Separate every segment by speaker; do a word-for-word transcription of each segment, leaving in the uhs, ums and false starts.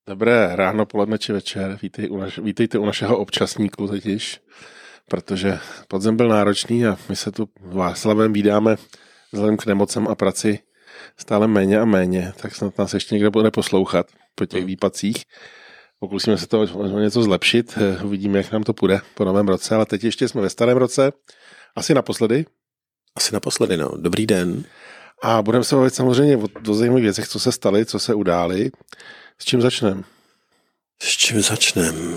Speaker 1: Dobré ráno, poledne či večer. Vítej u naš, vítejte u našeho občasníku totiž, protože podzem byl náročný a my se tu Václavem vídáme vzhledem k nemocem a praci stále méně a méně, tak snad nás ještě někdo bude poslouchat po těch výpadcích. Pokusíme se to o něco zlepšit, uvidíme, jak nám to půjde po novém roce, ale teď ještě jsme ve starém roce, asi naposledy.
Speaker 2: Asi naposledy, no. Dobrý den.
Speaker 1: A budeme se bavit samozřejmě o, o zajímavých věcech, co se staly, co se udály. S čím začneme?
Speaker 2: S čím začneme?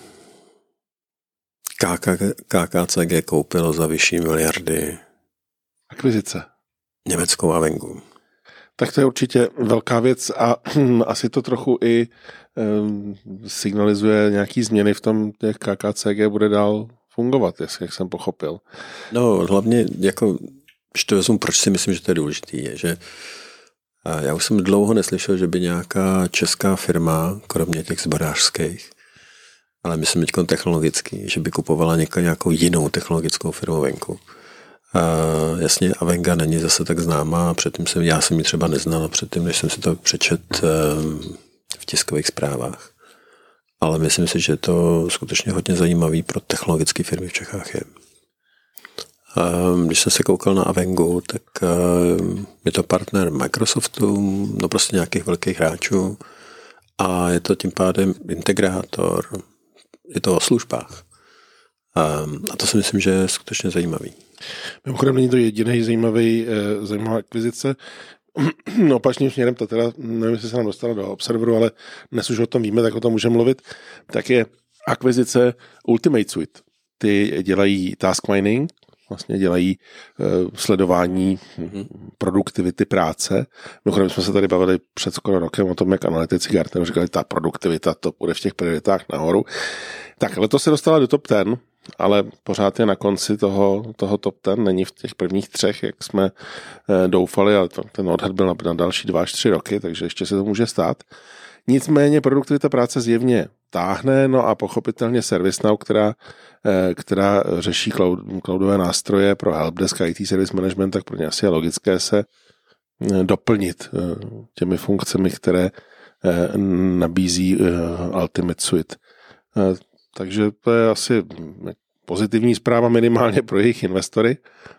Speaker 2: K K C G koupilo za vyšší miliardy
Speaker 1: Akvizice.
Speaker 2: německou Avengu.
Speaker 1: Tak to je určitě velká věc a asi to trochu i um, signalizuje nějaký změny v tom, jak K K C G bude dál fungovat, jak jsem pochopil.
Speaker 2: No, hlavně, jako, když to vezmu, proč si myslím, že to je důležitý, je, že já už jsem dlouho neslyšel, že by nějaká česká firma, kromě těch zbrojařských, ale myslím teď technologický, že by kupovala nějakou jinou technologickou firmu venku. A jasně, Avenga není zase tak známá, předtím jsem, já jsem ji třeba neznal, předtím, než jsem si to přečet v tiskových zprávách. Ale myslím si, že to skutečně hodně zajímavý pro technologické firmy v Čechách je. A když jsem se koukal na Avengu, tak je to partner Microsoftu, no prostě nějakých velkých hráčů a je to tím pádem integrátor, je to o službách. A to si myslím, že je skutečně zajímavý.
Speaker 1: Mimochodem není to jediný zajímavý, zajímavá akvizice. Opačným směrem, to teda, nevím, jestli se nám dostalo do Observeru, ale dnes už o tom víme, tak o tom můžeme mluvit, tak je akvizice Ultimate Suite. Ty dělají task mining, vlastně dělají uh, sledování produktivity práce. Mimochodem jsme se tady bavili před skoro rokem o tom, jak analytici Gartneru říkali, ta produktivita, to bude v těch prioritách nahoru. Tak letos se dostala do top deset, ale pořád je na konci toho, toho top deset, není v těch prvních třech, jak jsme uh, doufali, ale to, ten odhad byl na, na další dva až tři roky, takže ještě se to může stát. Nicméně produktivita práce zjevně táhne, no a pochopitelně ServiceNow, která, která řeší cloud, cloudové nástroje pro helpdesk a I T service management, tak pro ně asi je logické se doplnit těmi funkcemi, které nabízí Ultimate Suite. Takže to je asi pozitivní zpráva minimálně pro jejich investory,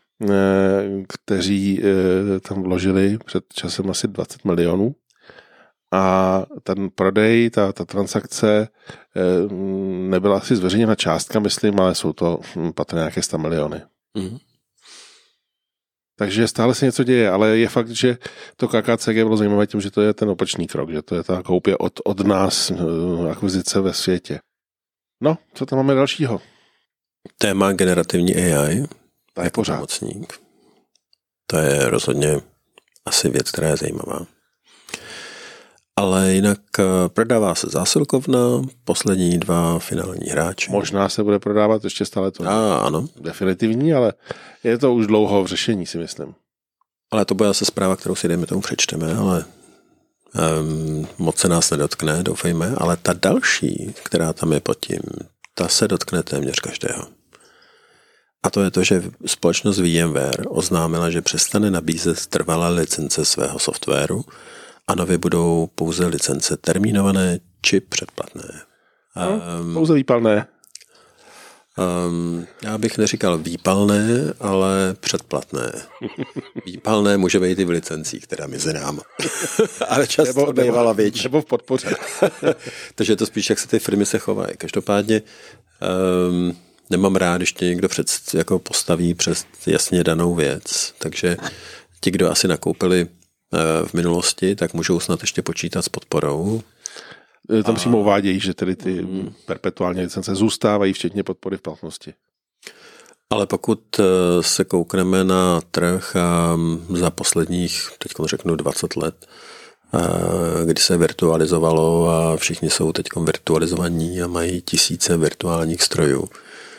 Speaker 1: kteří tam vložili před časem asi dvacet milionů. A ten prodej, ta, ta transakce nebyla asi zveřejněna částka, myslím, ale jsou to patrně nějaké sto miliony. Mm. Takže stále se něco děje, ale je fakt, že to K K C G bylo zajímavé tím, že to je ten opačný krok, že to je ta koupě od, od nás akvizice ve světě. No, co tam máme dalšího?
Speaker 2: Téma generativní A I.
Speaker 1: To je pořád.
Speaker 2: Pomocník. To je rozhodně asi věc, která je zajímavá. Ale jinak prodává se zásilkovna, poslední dva finální hráči.
Speaker 1: Možná se bude prodávat, ještě stále to
Speaker 2: A, ano.
Speaker 1: definitivní, ale je to už dlouho v řešení, si myslím.
Speaker 2: Ale to bude zase zpráva, kterou si dejme tomu přečteme, ale um, moc se nás nedotkne, doufejme, ale ta další, která tam je pod tím, ta se dotkne téměř každého. A to je to, že společnost VMware oznámila, že přestane nabízet trvalé licence svého softwaru a nově budou pouze licence termínované či předplatné.
Speaker 1: No, um, pouze výpalné.
Speaker 2: Um, já bych neříkal výpalné, ale předplatné. Výpalné může být i v licencích, teda mezi náma. Ale často nebo, bývala větší.
Speaker 1: Nebo v podpoře.
Speaker 2: Takže je to spíš, jak se ty firmy se chovají. Každopádně um, nemám rád, když tě někdo před, jako postaví přes jasně danou věc. Takže ti, kdo asi nakoupili v minulosti, tak můžou snad ještě počítat s podporou.
Speaker 1: Tam a... přímo uvádějí, že tedy ty mm. perpetuální licence zůstávají včetně podpory v platnosti.
Speaker 2: Ale pokud se koukneme na trh a za posledních, teď řeknu dvacet let, kdy se virtualizovalo a všichni jsou teď virtualizovaní a mají tisíce virtuálních strojů,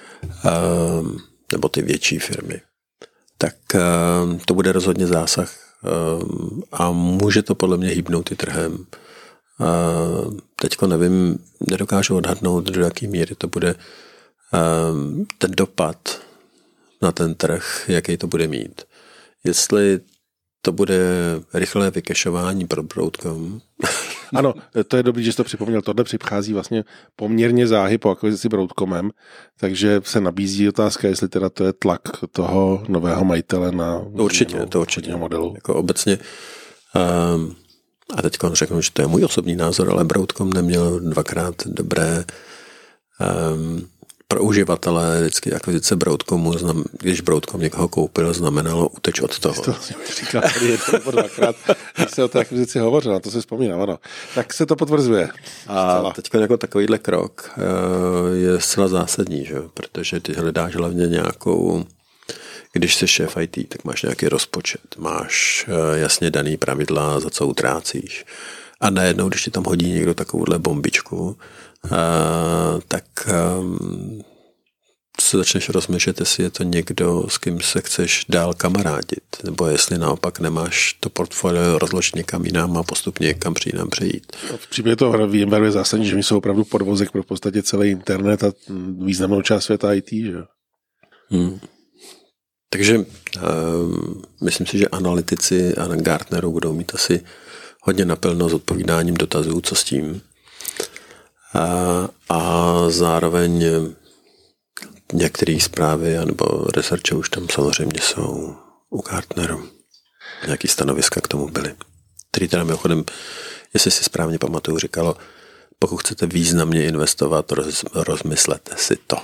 Speaker 2: nebo ty větší firmy, tak to bude rozhodně zásah a může to podle mě hýbnout i trhem. Teďko nevím, nedokážu odhadnout, do jaké míry to bude ten dopad na ten trh, jaký to bude mít. Jestli to bude rychlé vykešování pro Broadcom,
Speaker 1: Ano, to je dobrý, že jsi to připomněl. Tohle přichází vlastně poměrně záhy po akvizici Broadcomem, takže se nabízí otázka, jestli teda to je tlak toho nového majitele na
Speaker 2: to určitě, to určitě.
Speaker 1: modelu.
Speaker 2: Jako obecně, um, a teď řeknu, že to je můj osobní názor, ale Broadcom neměl dvakrát dobré um, pro uživatele vždycky akvizice Broadcomu, znam, když Broadcom někoho koupil, znamenalo uteč od toho.
Speaker 1: To říkal jednou po dvakrát, když se o té akvizici hovořil, na to si vzpomínám, ano. Tak se to potvrzuje.
Speaker 2: A teď jako takovýhle krok je zcela zásadní, že? Protože ty hledáš hlavně nějakou, když jsi šéf í té, tak máš nějaký rozpočet, máš jasně daný pravidla, za co utrácíš. A najednou, když ti tam hodí někdo takovouhle bombičku, Uh, tak um, se začneš rozmýšlet, jestli je to někdo, s kým se chceš dál kamarádit, nebo jestli naopak nemáš to portfolio rozložit někam jinam a postupně někam přijít nám přejít.
Speaker 1: V případě toho VMware je zásadní, že my jsou opravdu podvozek pro v podstatě celý internet a významnou část světa í té, že?
Speaker 2: Hmm. Takže um, myslím si, že analytici a Gartneru budou mít asi hodně napilno s odpovídáním dotazů, co s tím. A, a zároveň některé zprávy nebo researche už tam samozřejmě jsou u Gartneru. Nějaký stanoviska k tomu byly. Který teda mimochodem, jestli si správně pamatuju, říkalo, pokud chcete významně investovat, roz, rozmyslete si to.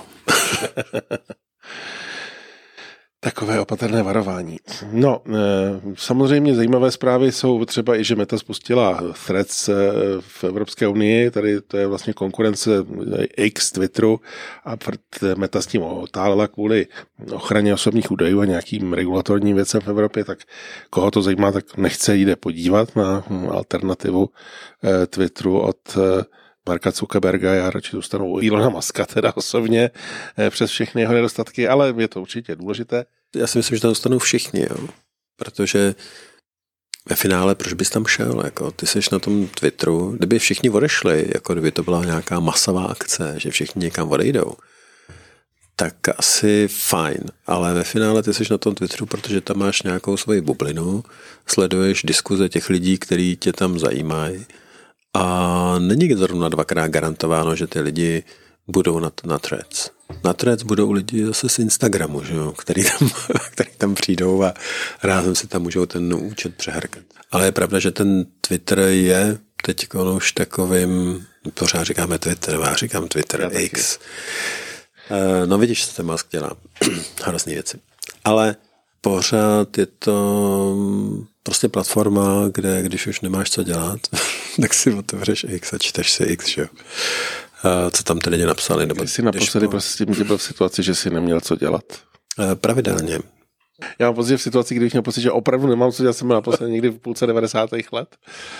Speaker 1: Takové opatrné varování. No, samozřejmě zajímavé zprávy jsou třeba i, že Meta spustila Threads v Evropské unii, tady to je vlastně konkurence X Twitteru a Meta s tím otálela kvůli ochraně osobních údajů a nějakým regulatorním věcem v Evropě, tak koho to zajímá, tak nechce jde podívat na alternativu Twitteru od Marka Zuckerberga, já radši zůstanu u Elona Muska teda osobně přes všechny jeho nedostatky, ale je to určitě důležité.
Speaker 2: Já si myslím, že tam dostanou všichni, jo. Protože ve finále proč bys tam šel? Jako, ty seš na tom Twitteru, kdyby všichni odešli, jako kdyby to byla nějaká masová akce, že všichni někam odejdou, tak asi fajn, ale ve finále ty seš na tom Twitteru, protože tam máš nějakou svoji bublinu, sleduješ diskuze těch lidí, kteří tě tam zajímají. A není zrovna dvakrát garantováno, že ty lidi budou na, na Threads. Na Threads budou lidi zase z Instagramu, že jo, který, tam, který tam přijdou a rázem si tam můžou ten účet přehrkat. Ale je pravda, že ten Twitter je teď už takovým, pořád říkáme Twitter, já říkám Twitter já X. Taky. No vidíš, co ten Musk dělá. Hrozný věci. Ale pořád je to prostě platforma, kde když už nemáš co dělat, tak si otevřeš X a čteš si X, že jo. Co tam ty lidi napsali. Nebo
Speaker 1: Když jsi naposledy prostě byl v situaci, že jsi neměl co dělat?
Speaker 2: Pravidelně.
Speaker 1: Já mám pocit v situaci, když měl pocit, že opravdu nemám co dělat, jsem byl naposledy někdy v půlce devadesátých let.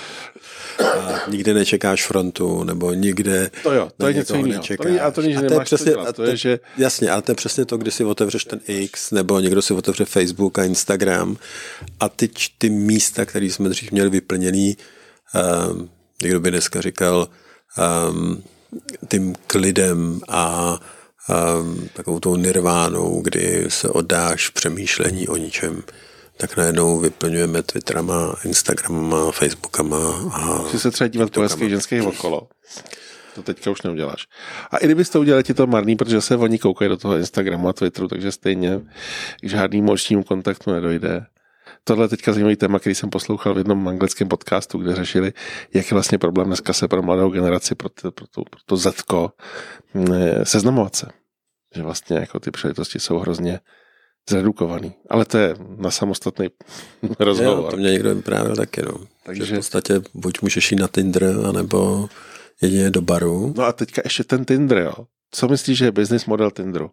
Speaker 2: A nikdy nečekáš frontu, nebo nikde...
Speaker 1: To jo, to je něco jiného. A to není, že nemáš
Speaker 2: přesně,
Speaker 1: co dělat. To
Speaker 2: te,
Speaker 1: je, že...
Speaker 2: Jasně, ale to je přesně to, když si otevřeš ten X, nebo někdo si otevře Facebook a Instagram a ty, ty místa, které jsme dřív měli vyplněný, um, někdo by dneska říkal um, tím klidem a um, takovou tou nirvánou, kdy se oddáš v přemýšlení o ničem, tak najednou vyplňujeme Twitterama, Instagramama, Facebookama a...
Speaker 1: Musíš se třeba dívat po hezkých ženských okolo. To teďka už neuděláš. A i kdybyste to udělali, ti to marný, protože se oni koukají do toho Instagramu a Twitteru, takže stejně k žádnému očnímu kontaktu nedojde. Tohle je teďka zajímavý téma, který jsem poslouchal v jednom anglickém podcastu, kde řešili, jak je vlastně problém dneska se pro mladou generaci, pro to, pro to, pro to zetko, seznamovat se. Že vlastně jako ty příležitosti jsou hrozně zredukovaný. Ale to je na samostatný rozhovor.
Speaker 2: Jo, to mě někdo vyprávěl taky, no. Takže v podstatě buď můžeš jít na Tinder, anebo jedině do baru.
Speaker 1: No a teďka ještě ten Tinder, jo. Co myslíš, že je business model Tinderu?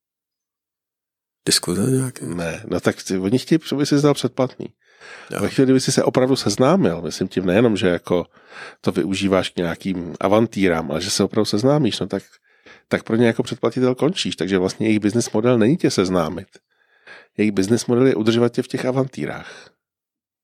Speaker 2: Diskuze nějaké?
Speaker 1: Ne, no tak oni chtějí, aby si zdal předplatný. Jo. Ve chvíli, kdyby si se opravdu seznámil, myslím tím nejenom, že jako to využíváš k nějakým avantýrám, ale že se opravdu seznámíš, no tak, tak pro ně jako předplatitel končíš, takže vlastně jejich business model není tě seznámit. Jejich business model je udržovat tě v těch avantýrách.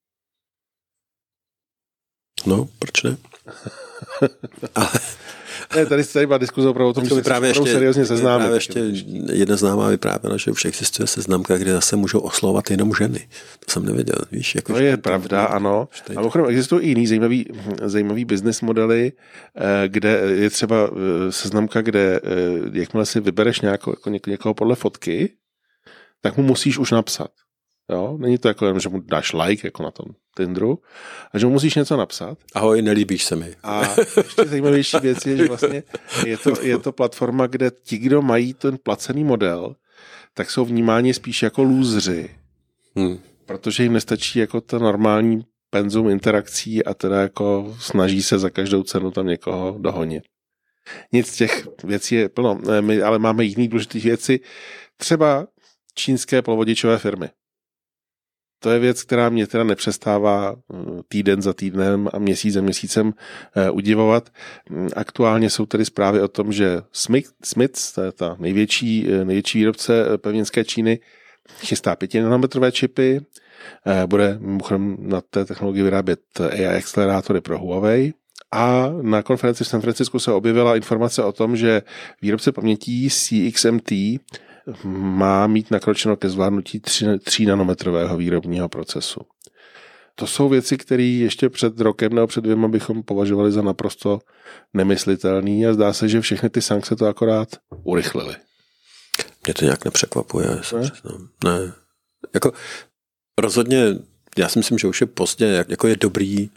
Speaker 2: No, proč ne? ale,
Speaker 1: Ne, tady se byla diskuze opravdu o tom, že se
Speaker 2: právě ještě,
Speaker 1: seriózně seznámit.
Speaker 2: Právě ještě jedna známá vyprávěla, že už existuje seznamka, kde zase můžou oslovovat jenom ženy. To jsem nevěděl, víš. Jako
Speaker 1: to je pravda, ano. A mimochodem existují i jiný zajímavý, zajímavý business modely, kde je třeba seznamka, kde jakmile si vybereš nějakou, jako někoho podle fotky, tak mu musíš už napsat. Jo? Není to jako, že mu dáš like jako na tom Tinderu, a že mu musíš něco napsat.
Speaker 2: Ahoj, nelíbíš se mi.
Speaker 1: A ještě zajímavější věc je, že vlastně je to, je to platforma, kde ti, kdo mají ten placený model, tak jsou vnímáni spíš jako lůzři. Hmm. Protože jim nestačí jako to normální penzum interakcí a teda jako snaží se za každou cenu tam někoho dohonit. Nic z těch věcí je plno. My ale máme jiný důležitý věci. Třeba čínské polovodičové firmy. To je věc, která mě teda nepřestává týden za týdnem a měsíc za měsícem udivovat. Aktuálně jsou tedy zprávy o tom, že Smiths, to je ta největší, největší výrobce pevninské Číny, chystá pětinanometrové čipy, bude mimochodem na té technologii vyrábět A I akcelerátory pro Huawei. A na konferenci v San Francisku se objevila informace o tom, že výrobce pamětí C X M T má mít nakročeno ke zvládnutí tří nanometrového výrobního procesu. To jsou věci, které ještě před rokem nebo před dvěma bychom považovali za naprosto nemyslitelný a zdá se, že všechny ty sankce to akorát urychlily.
Speaker 2: Mě to nějak nepřekvapuje. Ne? ne. Jako rozhodně, já si myslím, že už je pozdě, jako je dobrý,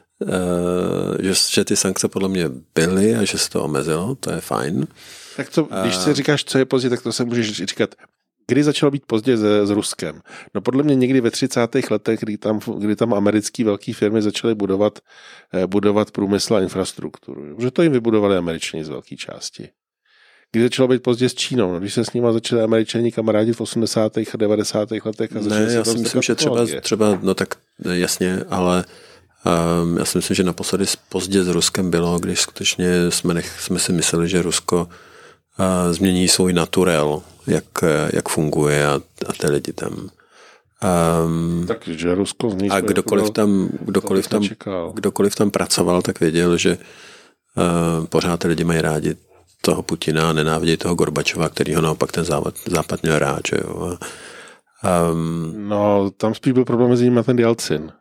Speaker 2: že, že ty sankce podle mě byly a že se to omezilo, to je fajn.
Speaker 1: Tak to, když si říkáš, co je pozdě, tak to se můžeš říkat, kdy začalo být pozdě s, s Ruskem. No podle mě někdy ve třicátých letech, kdy tam, kdy tam americké velké firmy začaly budovat, budovat průmysl a infrastrukturu. Že to jim vybudovali Američani z velké části. Kdy začalo být pozdě s Čínou, no, když se s nimi začali Američani kamarádit v osmdesátých a devadesátých letech. A
Speaker 2: ne, já si myslím, že třeba, třeba, no tak jasně, ale Um, já si myslím, že naposledy pozdě s Ruskem bylo, když skutečně jsme, nech, jsme si mysleli, že Rusko uh, změní svůj naturel, jak, jak funguje a, a ty lidi tam. Um,
Speaker 1: Takže Rusko změní
Speaker 2: a kdokoliv tam, kdokoliv, tam, kdokoliv tam pracoval, tak věděl, že uh, pořád ty lidi mají rádi toho Putina a nenávidí toho Gorbačova, který ho naopak ten západ, západ měl rád. Že jo? Um,
Speaker 1: no, tam spíš byl problém mezi nimi a ten Jelcin.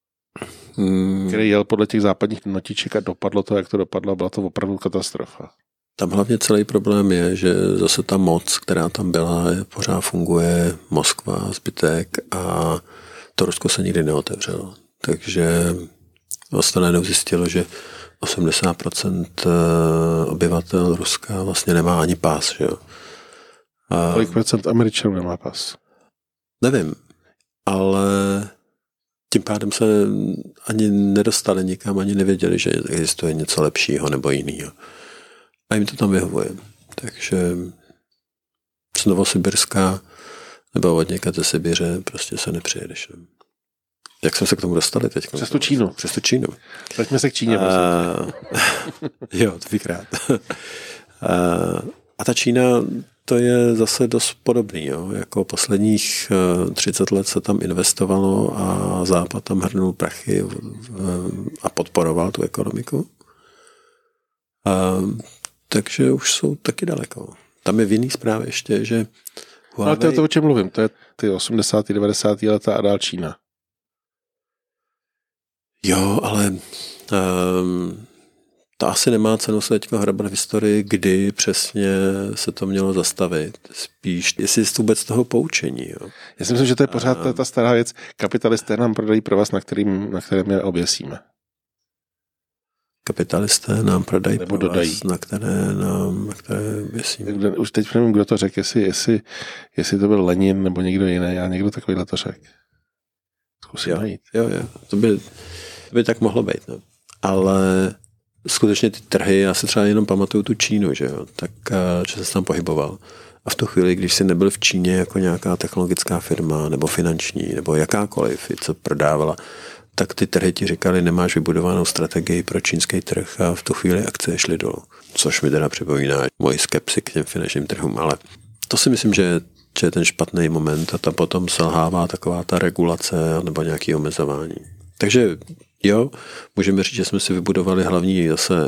Speaker 1: Hmm. Který jel podle těch západních notiček a dopadlo to, jak to dopadlo, byla to opravdu katastrofa.
Speaker 2: Tam hlavně celý problém je, že zase ta moc, která tam byla, je, pořád funguje Moskva, zbytek a to Rusko se nikdy neotevřelo. Takže vlastně najednou zjistilo, že osmdesát procent obyvatel Ruska vlastně nemá ani pás. Že jo?
Speaker 1: A kolik procent Američanů nemá pás?
Speaker 2: Nevím, ale tím pádem se ani nedostali nikam, ani nevěděli, že existuje něco lepšího nebo jiného. A jim to tam vyhovuje. Takže z Novosibirská nebo od někud ze Sibiře prostě se nepřijedeš. Jak jsme se k tomu dostali teď?
Speaker 1: Přes tu Čínu.
Speaker 2: Přes tu Čínu.
Speaker 1: Pojďme se k Číně.
Speaker 2: A... jo, to bych rád. A... a ta Čína, to je zase dost podobný. Jo? Jako posledních třicet let se tam investovalo a Západ tam hrnul prachy a podporoval tu ekonomiku. A, takže už jsou taky daleko. Tam je v jiný zprávě ještě, že
Speaker 1: Huawei... Ale to je to, o čem mluvím. To je ty osmdesátá devadesátá leta a dál Čína.
Speaker 2: Jo, ale um, to asi nemá cenu se teďka hrabat v historii, kdy přesně se to mělo zastavit. Spíš, jestli z vůbec toho poučení. Jo.
Speaker 1: Já si myslím, že to je pořád ta, ta stará věc. Kapitalisté nám prodají pro vás, na, kterým, na kterém je oběsíme.
Speaker 2: Kapitalisté nám prodají pro vás, na které nám, na které oběsíme.
Speaker 1: Už teď nevím, kdo to řekl, jestli, jestli, jestli to byl Lenin nebo někdo jiný. Já někdo takovýhle to řekl. Zkusím
Speaker 2: jo,
Speaker 1: najít.
Speaker 2: Jo, jo. To by, to by tak mohlo být. No. Ale skutečně ty trhy, já si třeba jenom pamatuju tu Čínu, že jo, tak, že jsem se tam pohyboval. A v tu chvíli, když jsi nebyl v Číně jako nějaká technologická firma, nebo finanční, nebo jakákoliv, co prodávala, tak ty trhy ti říkali, nemáš vybudovanou strategii pro čínský trh a v tu chvíli akcie šly dolů. Což mi teda připomíná moji skepsi k těm finančním trhům, ale to si myslím, že, že je ten špatný moment a tam potom selhává taková ta regulace nebo nějaké omezování. Takže jo, můžeme říct, že jsme si vybudovali hlavní zase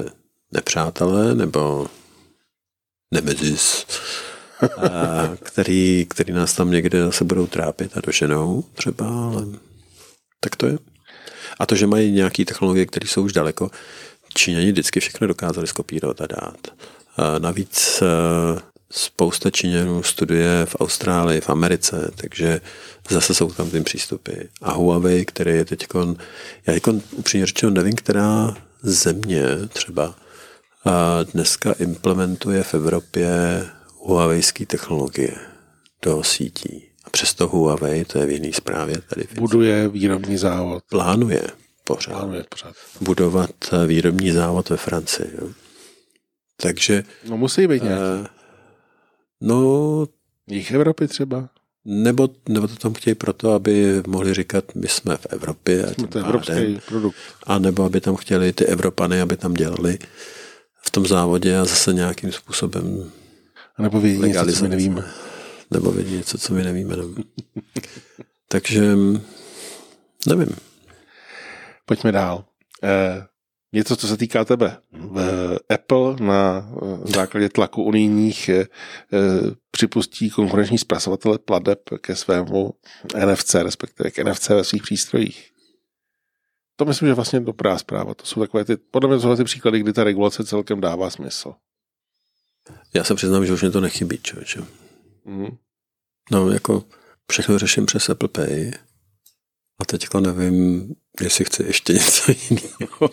Speaker 2: nepřátelé nebo nemezis, a který, který nás tam někde zase budou trápit a doženou třeba, ale tak to je. A to, že mají nějaké technologie, které jsou už daleko, Číňani vždycky všechno dokázali skopírovat a dát. A navíc spousta Číňanů studuje v Austrálii, v Americe, takže zase jsou tam tím přístupy. A Huawei, který je teď, já jako upřímně řečeno nevím, která země třeba a dneska implementuje v Evropě huawejské technologie do sítí. A přesto Huawei, to je v jiný zprávě tady.
Speaker 1: Buduje výrobní závod.
Speaker 2: Plánuje pořád.
Speaker 1: Plánuje pořád.
Speaker 2: Budovat výrobní závod ve Francii. Jo. Takže...
Speaker 1: No musí být nějaký. Uh,
Speaker 2: no...
Speaker 1: Jich Evropy třeba.
Speaker 2: Nebo, nebo to tam chtějí proto, aby mohli říkat, my jsme v Evropě.
Speaker 1: Jsme to evropský produkt.
Speaker 2: A nebo aby tam chtěli ty Evropany, aby tam dělali v tom závodě a zase nějakým způsobem
Speaker 1: a nebo vědí něco, co my nevíme.
Speaker 2: Nebo vědí něco, co my nevíme. No. Takže nevím.
Speaker 1: Pojďme dál. Eh, něco, co se týká tebe. Apple na základě tlaku unijních eh, připustí konkurenční zpracovatele plateb ke svému N F C, respektive k N F C ve svých přístrojích. To myslím, že vlastně dobrá zpráva. To jsou takové ty, podle mě jsou ty příklady, kdy ta regulace celkem dává smysl.
Speaker 2: Já se přiznám, že už mě to nechybí, člověče. Mm. No, jako všechno řeším přes Apple Pay a teďko nevím, jestli chci ještě něco jiného.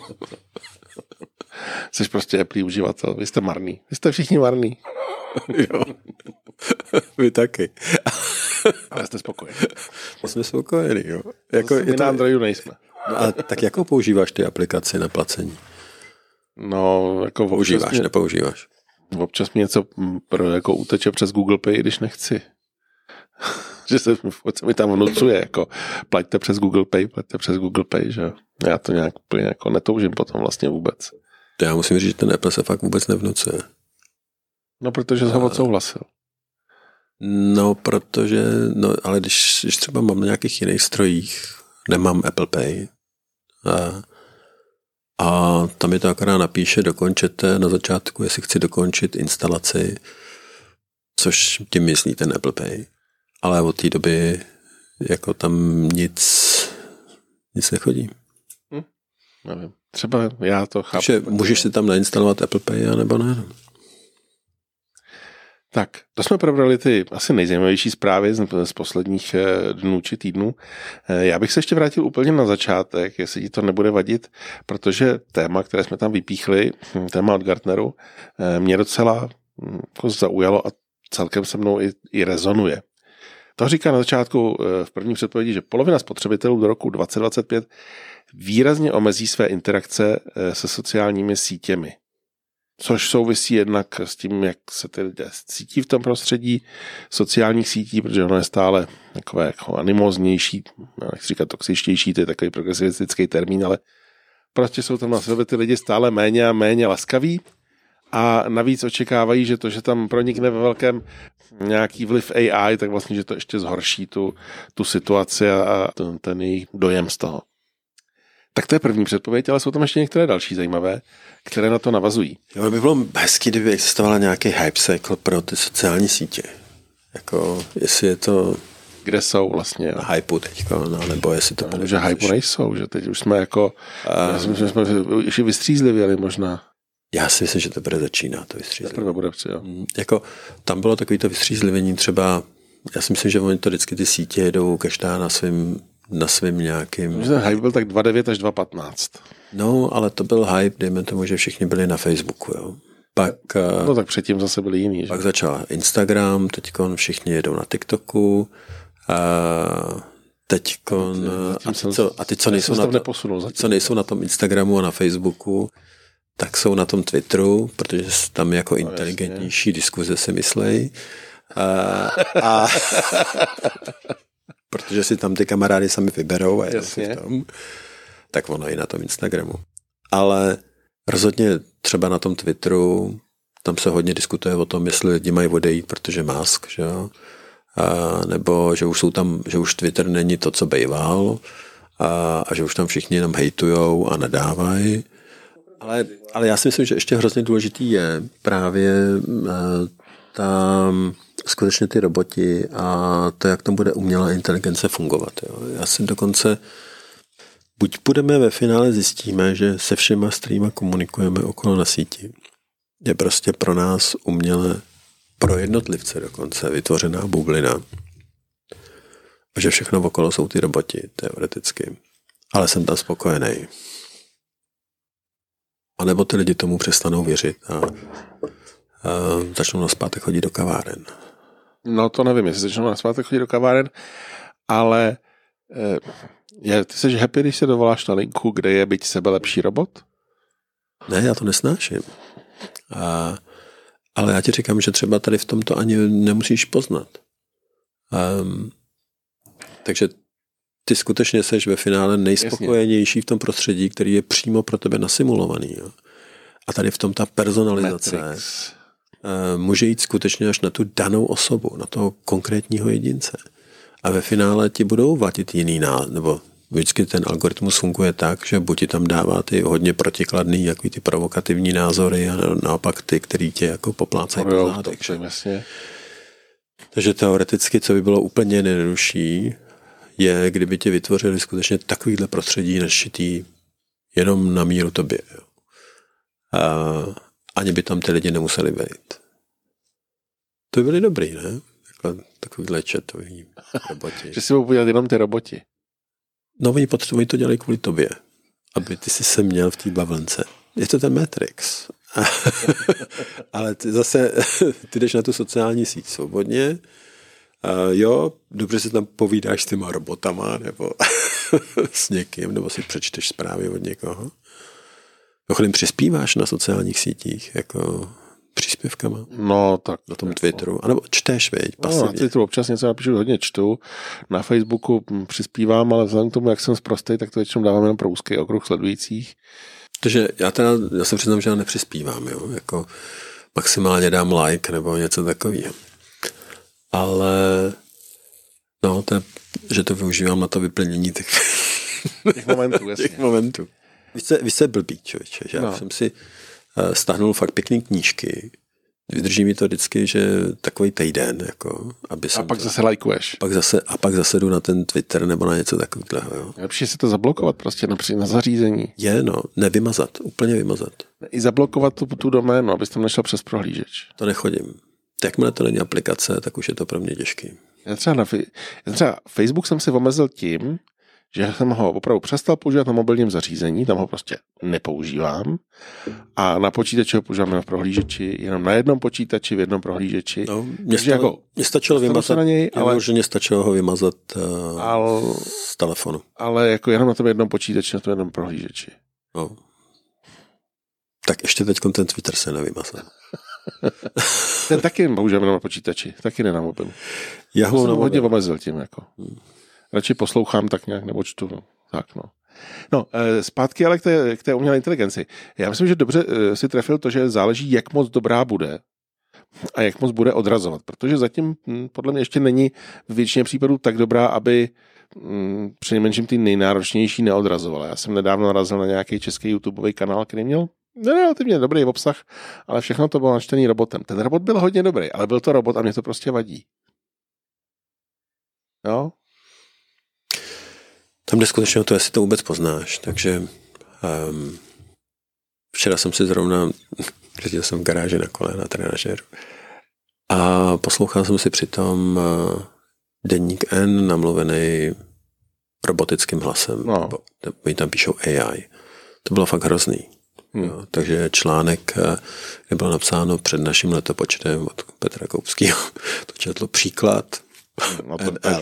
Speaker 1: Jsi prostě Apple uživatel, vy jste marný. Vy jste všichni marný.
Speaker 2: Jo. Vy taky.
Speaker 1: Ale jste spokojení.
Speaker 2: Jsme spokojení, jo. Jako,
Speaker 1: my to... na Androidu nejsme.
Speaker 2: No a tak jakou používáš ty aplikaci na placení?
Speaker 1: No, jako
Speaker 2: používáš,
Speaker 1: mě,
Speaker 2: nepoužíváš.
Speaker 1: Občas mi něco pro, jako uteče přes Google Pay, když nechci. Že se, se mi tam vnucuje, jako plaťte přes Google Pay, plaťte přes Google Pay, že já to nějak úplně jako netoužím potom vlastně vůbec.
Speaker 2: Já musím říct, že ten Apple se fakt vůbec nevnucuje.
Speaker 1: No, protože jsem ho odsouhlasil.
Speaker 2: No, protože, no, ale když, když třeba mám na nějakých jiných strojích, nemám Apple Pay a, a tam mi to akorát napíše, dokončete na začátku, jestli chci dokončit instalaci, což tím myslí ten Apple Pay. Ale od té doby jako tam nic nic nechodí.
Speaker 1: Hm, nevím. Třeba já to chápu.
Speaker 2: Takže můžeš si tam nainstalovat Apple Pay, anebo ne?
Speaker 1: Tak, to jsme probrali ty asi nejzajímavější zprávy z, z posledních dnů či týdnů. Já bych se ještě vrátil úplně na začátek, jestli ti to nebude vadit, protože téma, které jsme tam vypíchli, téma od Gartneru, mě docela jako zaujalo a celkem se mnou i, i rezonuje. To říká na začátku v první předpovědi, že polovina spotřebitelů do roku dvacet dvacet pět výrazně omezí své interakce se sociálními sítěmi. Což souvisí jednak s tím, jak se ty lidé cítí v tom prostředí sociálních sítí, protože ono je stále takové jako animóznější, nechci říkat toxičtější, to je takový progresivistický termín, ale prostě jsou tam na sebe ty lidi stále méně a méně laskaví a navíc očekávají, že to, že tam pronikne ve velkém nějaký vliv A I, tak vlastně, že to ještě zhorší tu, tu situaci a ten, ten jejich dojem z toho. Tak to je první předpověď, ale jsou tam ještě některé další zajímavé, které na to navazují.
Speaker 2: Jo, by bylo hezky, kdyby existovala nějaký hype cycle pro ty sociální sítě. Jako, jestli je to...
Speaker 1: Kde jsou vlastně?
Speaker 2: Na hypeu teďko, no, nebo jestli to...
Speaker 1: No, že hypeu nejsou, že teď už jsme jako... Um, já si myslím, že jsme ještě vystřízlivěli možná.
Speaker 2: Já si myslím, že teprve začíná to vystřízlivění.
Speaker 1: Teprve bude při, jo.
Speaker 2: Jako, tam bylo takový to vystřízlivění třeba... Já si myslím, že oni to vždycky ty sítě jedou každá na svým na svým nějakým...
Speaker 1: Ten hype byl tak dva devět až dva patnáct.
Speaker 2: No, ale to byl hype, dejme tomu, že všichni byli na Facebooku, jo. Pak...
Speaker 1: No tak předtím zase byli jiný, že?
Speaker 2: Pak začal Instagram, teďkon všichni jedou na TikToku, a teďkon... A ty, co, a ty, co, nejsou na to, co nejsou na tom Instagramu a na Facebooku, tak jsou na tom Twitteru, protože tam jako no, inteligentnější jasně. Diskuze si myslej. A... a protože si tam ty kamarády sami vyberou a jedou si v tom, tak ono i na tom Instagramu. Ale rozhodně třeba na tom Twitteru, tam se hodně diskutuje o tom, jestli lidi mají odejít, protože Musk, že jo? A, nebo že už jsou tam, že už Twitter není to, co bejval a, a že už tam všichni jenom hejtujou a nadávají. Ale, ale já si myslím, že ještě hrozně důležitý je právě uh, ta, skutečně ty roboti a to, jak tam bude umělá inteligence fungovat. Jo. Já si dokonce, buď půjdeme ve finále, zjistíme, že se všema, s kterýma komunikujeme okolo na síti, je prostě pro nás uměle, pro jednotlivce dokonce, vytvořená bublina. A že všechno okolo jsou ty roboti, teoreticky. Ale jsem tam spokojený. A nebo ty lidi tomu přestanou věřit a, a začnou naspátek chodit do kaváren.
Speaker 1: No to nevím, jestli začnou naspátek chodit do kaváren, ale je, ty jsi happy, když se dovoláš na linku, kde je byť sebelepší robot?
Speaker 2: Ne, já to nesnáším. A, ale já ti říkám, že třeba tady v tomto ani nemusíš poznat. Um, takže ty skutečně seš ve finále nejspokojenější v tom prostředí, který je přímo pro tebe nasimulovaný. Jo. A tady v tom ta personalizace Matrix. Může jít skutečně až na tu danou osobu, na toho konkrétního jedince. A ve finále ti budou vadit jiný náz, nebo vždycky ten algoritmus funguje tak, že buď ti tam dává ty hodně protikladný, jako ty provokativní názory a naopak ty, který tě jako poplácají po zádech. Takže teoreticky, co by bylo úplně nejjednodušší, je, kdyby tě vytvořili skutečně takovýhle prostředí našitý jenom na míru tobě. Jo. A ani by tam ty lidi nemuseli být. To by byly dobrý, ne? Takovýhle chatový roboti.
Speaker 1: Že si budou udělat jenom ty roboti.
Speaker 2: No, oni potřebují to dělat kvůli tobě, aby ty si se měl v té bavlnce. Je to ten Matrix. Ale ty zase, ty jdeš na tu sociální síť svobodně. Uh, jo, dobře si tam povídáš s těma robotama, nebo s někým, nebo si přečteš zprávy od někoho. Dochodem přispíváš na sociálních sítích, jako příspěvkama.
Speaker 1: No, tak.
Speaker 2: Na tom Twitteru. A nebo čteš, veď, pasivně.
Speaker 1: No, na Twitteru občas něco napíšu, hodně čtu. Na Facebooku přispívám, ale vzhledem k tomu, jak jsem zprostej, tak to většinou dávám jenom pro úzký okruh sledujících.
Speaker 2: Takže já teda, já se přiznám, že já nepřispívám, jo, jako maximálně dám like nebo něco takového. Ale no, to je, že to využívám na to vyplnění těch,
Speaker 1: těch momentů, jasně.
Speaker 2: těch momentů. Vy jste, vy jste blbý, člověče, že no. Já jsem si uh, stáhnul fakt pěkný knížky. Vydrží mi to vždycky, že takový týden, jako, aby jsem
Speaker 1: a pak
Speaker 2: to,
Speaker 1: zase lajkuješ.
Speaker 2: Pak zase, a pak zase jdu na ten Twitter nebo na něco takového. Jo.
Speaker 1: Lepší si to zablokovat prostě na, na zařízení.
Speaker 2: Je, no, nevymazat, úplně vymazat.
Speaker 1: I zablokovat tu, tu doménu, abys tam nešel přes prohlížeč.
Speaker 2: To nechodím. Jakmile to není aplikace, tak už je to pro mě těžký.
Speaker 1: Já třeba, na, já třeba Facebook jsem si omezil tím, že jsem ho opravdu přestal používat na mobilním zařízení, tam ho prostě nepoužívám a na počítači ho používám jenom v prohlížeči, jenom na jednom počítači, v jednom prohlížeči.
Speaker 2: No, mě, stalo, jako, mě stačilo vymazat, na něj, ale mě stačilo ho vymazat uh, al, z telefonu.
Speaker 1: Ale jako jenom na tom jednom počítači, na tom jednom prohlížeči.
Speaker 2: No. Tak ještě teď ten Twitter se nevymazal.
Speaker 1: Ten taky používám na počítači, taky ne na mobilu. Já ho hodně omezil tím, jako. Hmm. Radši poslouchám tak nějak, nebo čtu, no. Tak, no. No, zpátky ale k té, k té umělé inteligenci. Já myslím, že dobře si trefil to, že záleží, jak moc dobrá bude a jak moc bude odrazovat, protože zatím podle mě ještě není v většině případů tak dobrá, aby m, přinejmenším ty nejnáročnější neodrazovala. Já jsem nedávno narazil na nějaký český YouTubeový kanál, který měl relativně dobrý obsah, ale všechno to bylo načtený robotem. Ten robot byl hodně dobrý, ale byl to robot a mě to prostě vadí. Jo?
Speaker 2: Tam jde skutečně o to, jestli to vůbec poznáš. Takže um, včera jsem si zrovna, jezdil jsem v garáži na kole na trenažéru a poslouchal jsem si přitom uh, Deník N namluvený robotickým hlasem.
Speaker 1: No.
Speaker 2: Oni tam píšou A I. To bylo fakt hrozný. Hmm. Jo, takže článek, kde bylo napsáno před naším letopočtem od Petra Koupského, to četlo příklad.
Speaker 1: No to a,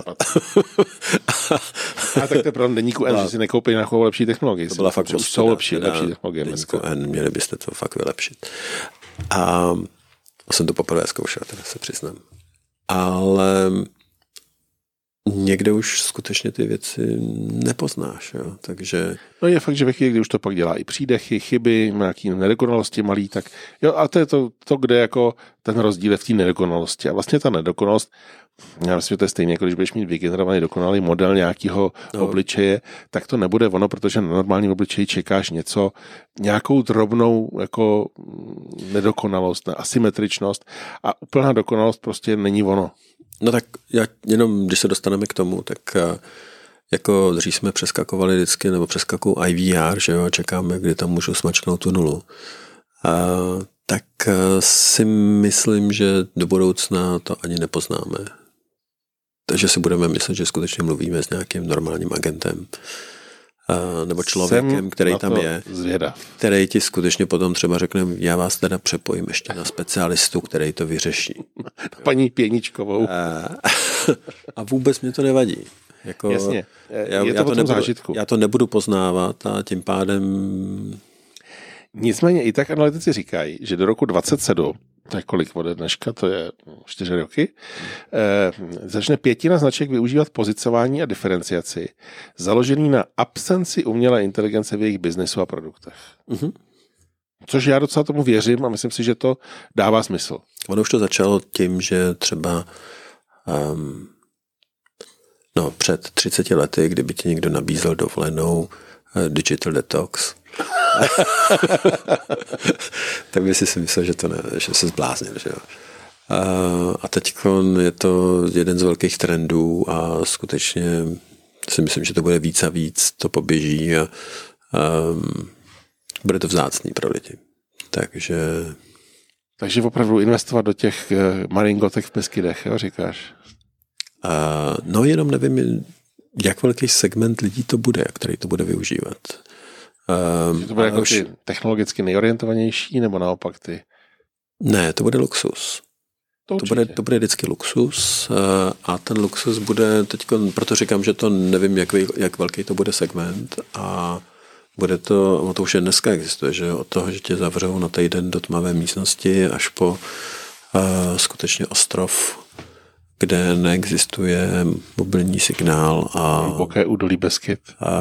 Speaker 1: a tak to je problém Deníku N, že si nekoupí nějakou lepší technologii.
Speaker 2: To byla fakt
Speaker 1: už jsou lepší, lepší technologie.
Speaker 2: Deníku N, měli byste to fakt vylepšit. A jsem to poprvé zkoušel, teda se přiznám. Ale někde už skutečně ty věci nepoznáš. Jo? Takže...
Speaker 1: No je fakt, že ve chvíli, kdy už to pak dělá i přídechy, chyby, nějaký nedokonalosti malý, tak jo, a to je to, to kde jako ten rozdíl je v té nedokonalosti. A vlastně ta nedokonalost, já myslím, že to je stejně, jako když budeš mít vygenerovaný dokonalý model nějakého no. obličeje, tak to nebude ono, protože na normálním obličeji čekáš něco, nějakou drobnou jako nedokonalost, asymetričnost a úplná dokonalost prostě není ono.
Speaker 2: No tak já jenom, když se dostaneme k tomu, tak jako dřív jsme přeskakovali vždycky, nebo přeskakují I V R, že jo, čekáme, kdy tam můžu smačknout tu nulu. A, tak si myslím, že do budoucna to ani nepoznáme. Takže si budeme myslet, že skutečně mluvíme s nějakým normálním agentem. A, nebo člověkem,
Speaker 1: Jsem
Speaker 2: který tam je,
Speaker 1: zvědav.
Speaker 2: Který ti skutečně potom třeba řekne, já vás teda přepojím ještě na specialistu, který to vyřeší.
Speaker 1: Paní Pěničkovou.
Speaker 2: A, a vůbec mě to nevadí. Jako,
Speaker 1: Jasně,
Speaker 2: já,
Speaker 1: je to
Speaker 2: já,
Speaker 1: o
Speaker 2: to
Speaker 1: tom
Speaker 2: nebudu,
Speaker 1: zážitku.
Speaker 2: já to nebudu poznávat a tím pádem...
Speaker 1: Nicméně i tak analytici říkají, že do roku dvacet sedm, to je kolik ode dneška, to je čtyři roky, eh, začne pětina značek využívat pozicování a diferenciaci založený na absenci umělé inteligence v jejich biznesu a produktech.
Speaker 2: Mm-hmm.
Speaker 1: Což já docela tomu věřím a myslím si, že to dává smysl.
Speaker 2: Ono už to začalo tím, že třeba um, no, před třiceti lety, kdyby ti někdo nabízel dovolenou uh, digital detox, tak by si si myslel, že to ne, že se zbláznil, že jo. A, a teď je to jeden z velkých trendů a skutečně si myslím, že to bude víc a víc, to poběží a um, bude to vzácný pro lidi. Takže...
Speaker 1: Takže opravdu investovat do těch maringotek v Beskydech, jo, říkáš?
Speaker 2: Uh, no jenom nevím, jak velký segment lidí to bude, který to bude využívat.
Speaker 1: Um, to bude jako už... ty technologicky nejorientovanější, nebo naopak ty?
Speaker 2: Ne, to bude luxus. To, to, bude, to bude vždycky luxus a ten luxus bude teď, proto říkám, že to nevím, jak, jak velký to bude segment a bude to, to už je dneska existuje, že od toho, že tě zavřou na týden do tmavé místnosti až po uh, skutečně ostrov, kde neexistuje mobilní signál a...
Speaker 1: Hluboké údolí Beskyd.
Speaker 2: A,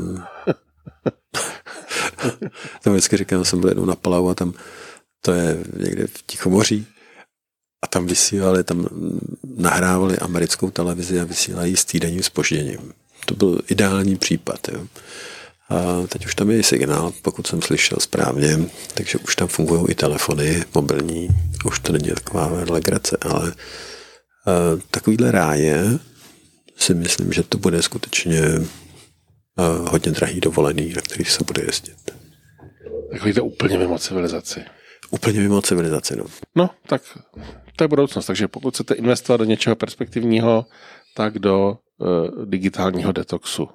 Speaker 2: to vždycky říkám, jsem byl jednou na Palau a tam to je někde v Tichomoří a tam vysílali, tam nahrávali americkou televizi a vysílají s týdenním zpožděním. To byl ideální případ. Jo. A teď už tam je signál, pokud jsem slyšel správně, takže už tam fungují i telefony mobilní, už to není taková legrace, ale uh, takovýhle ráje si myslím, že to bude skutečně uh, hodně drahý dovolený, na který se bude jezdit.
Speaker 1: Takový to úplně mimo civilizaci.
Speaker 2: Úplně mimo civilizaci, no.
Speaker 1: No, tak to je budoucnost, takže pokud chcete investovat do něčeho perspektivního, tak do uh, digitálního detoxu.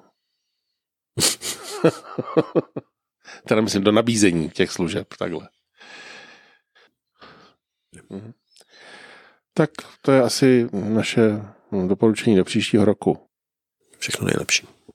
Speaker 1: Teda myslím do nabízení těch služeb, takhle. Mhm. Tak to je asi naše doporučení do příštího roku.
Speaker 2: Všechno nejlepší.